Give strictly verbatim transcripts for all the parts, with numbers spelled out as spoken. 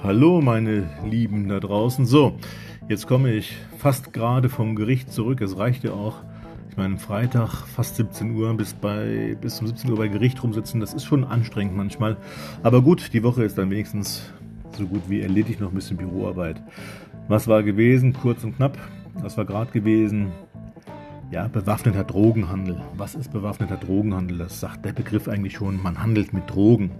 Hallo meine Lieben da draußen. So, jetzt komme ich fast gerade vom Gericht zurück. Es reicht ja auch, ich meine Freitag fast siebzehn Uhr bis, bei, bis um siebzehn Uhr bei Gericht rumsitzen. Das ist schon anstrengend manchmal. Aber gut, die Woche ist dann wenigstens so gut wie erledigt, noch ein bisschen Büroarbeit. Was war gewesen? Kurz und knapp. Was war gerade gewesen? Ja, bewaffneter Drogenhandel. Was ist bewaffneter Drogenhandel? Das sagt der Begriff eigentlich schon. Man handelt mit Drogen.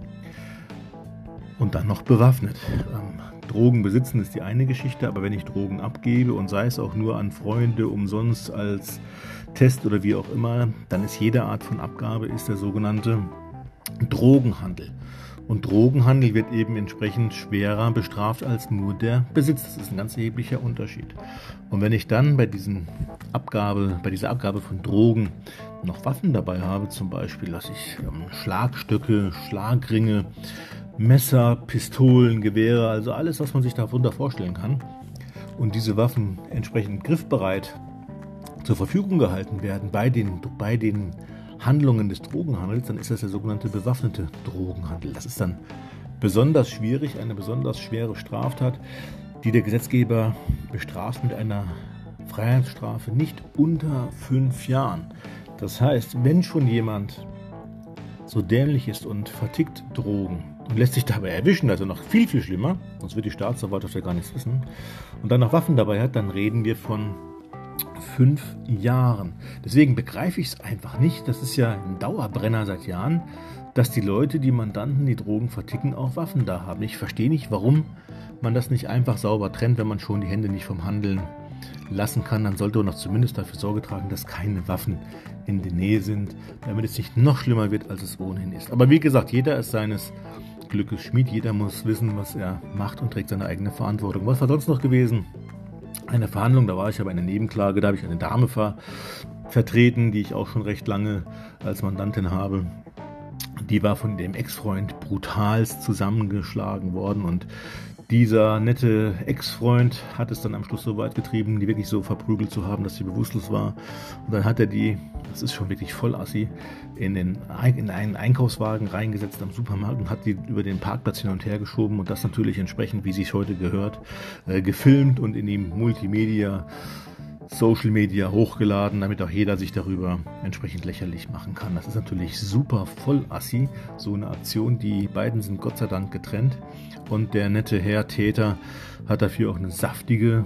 Und dann noch bewaffnet. Ähm, Drogen besitzen ist die eine Geschichte, aber wenn ich Drogen abgebe und sei es auch nur an Freunde umsonst als Test oder wie auch immer, dann ist jede Art von Abgabe ist der sogenannte Drogenhandel. Und Drogenhandel wird eben entsprechend schwerer bestraft als nur der Besitz. Das ist ein ganz erheblicher Unterschied. Und wenn ich dann bei, diesen Abgabe, bei dieser Abgabe von Drogen noch Waffen dabei habe, zum Beispiel, dass ich ähm, Schlagstöcke, Schlagringe, Messer, Pistolen, Gewehre, also alles, was man sich darunter vorstellen kann, und diese Waffen entsprechend griffbereit zur Verfügung gehalten werden bei den, bei den Handlungen des Drogenhandels, dann ist das der sogenannte bewaffnete Drogenhandel. Das ist dann besonders schwierig, eine besonders schwere Straftat, die der Gesetzgeber bestraft mit einer Freiheitsstrafe nicht unter fünf Jahren. Das heißt, wenn schon jemand so dämlich ist und vertickt Drogen und lässt sich dabei erwischen, also noch viel, viel schlimmer, sonst wird die Staatsanwaltschaft ja gar nichts wissen, und dann noch Waffen dabei hat, dann reden wir von fünf Jahren. Deswegen begreife ich es einfach nicht, das ist ja ein Dauerbrenner seit Jahren, dass die Leute, die Mandanten, die Drogen verticken, auch Waffen da haben. Ich verstehe nicht, warum man das nicht einfach sauber trennt, wenn man schon die Hände nicht vom Handeln lassen kann, dann sollte man doch zumindest dafür Sorge tragen, dass keine Waffen in der Nähe sind, damit es nicht noch schlimmer wird, als es ohnehin ist. Aber wie gesagt, jeder ist seines Glückes Schmied, jeder muss wissen, was er macht und trägt seine eigene Verantwortung. Was war sonst noch gewesen? Eine Verhandlung, da war ich aber eine Nebenklage, da habe ich eine Dame ver vertreten, die ich auch schon recht lange als Mandantin habe. Die war von dem Ex-Freund brutalst zusammengeschlagen worden und dieser nette Ex-Freund hat es dann am Schluss so weit getrieben, die wirklich so verprügelt zu haben, dass sie bewusstlos war. Und dann hat er die, das ist schon wirklich voll assi, in, den, in einen Einkaufswagen reingesetzt am Supermarkt und hat die über den Parkplatz hin und her geschoben und das natürlich entsprechend, wie sich heute gehört, äh, gefilmt und in die Multimedia, Social Media hochgeladen, damit auch jeder sich darüber entsprechend lächerlich machen kann. Das ist natürlich super voll assi, so eine Aktion. Die beiden sind Gott sei Dank getrennt und der nette Herr Täter hat dafür auch eine saftige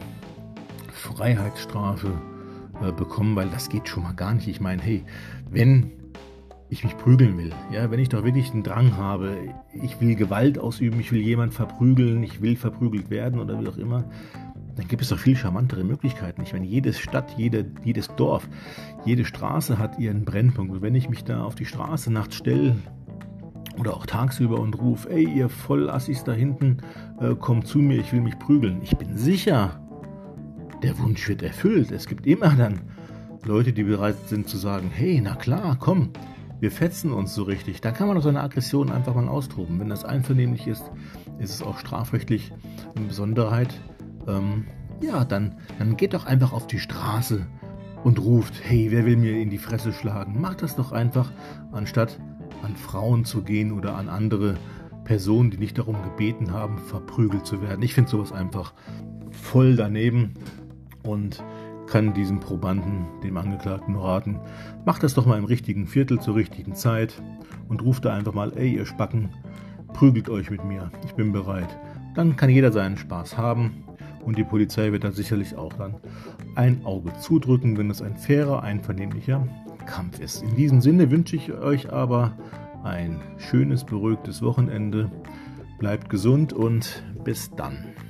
Freiheitsstrafe äh, bekommen, weil das geht schon mal gar nicht. Ich meine, hey, wenn ich mich prügeln will, ja, wenn ich doch wirklich einen Drang habe, ich will Gewalt ausüben, ich will jemanden verprügeln, ich will verprügelt werden oder wie auch immer, dann gibt es doch viel charmantere Möglichkeiten. Ich meine, jede Stadt, jede, jedes Dorf, jede Straße hat ihren Brennpunkt. Und wenn ich mich da auf die Straße nachts stelle oder auch tagsüber und rufe, ey, ihr Vollassis da hinten, äh, kommt zu mir, ich will mich prügeln. Ich bin sicher, der Wunsch wird erfüllt. Es gibt immer dann Leute, die bereit sind zu sagen, hey, na klar, komm, wir fetzen uns so richtig. Da kann man doch seine Aggression einfach mal austoben. Wenn das einvernehmlich ist, ist es auch strafrechtlich eine Besonderheit. Ähm, ja, dann, dann geht doch einfach auf die Straße und ruft, hey, wer will mir in die Fresse schlagen? Macht das doch einfach, anstatt an Frauen zu gehen oder an andere Personen, die nicht darum gebeten haben, verprügelt zu werden. Ich finde sowas einfach voll daneben und kann diesem Probanden, dem Angeklagten, nur raten, macht das doch mal im richtigen Viertel zur richtigen Zeit und ruft da einfach mal, ey, ihr Spacken, prügelt euch mit mir, ich bin bereit. Dann kann jeder seinen Spaß haben. Und die Polizei wird da sicherlich auch dann ein Auge zudrücken, wenn es ein fairer, einvernehmlicher Kampf ist. In diesem Sinne wünsche ich euch aber ein schönes, beruhigtes Wochenende. Bleibt gesund und bis dann.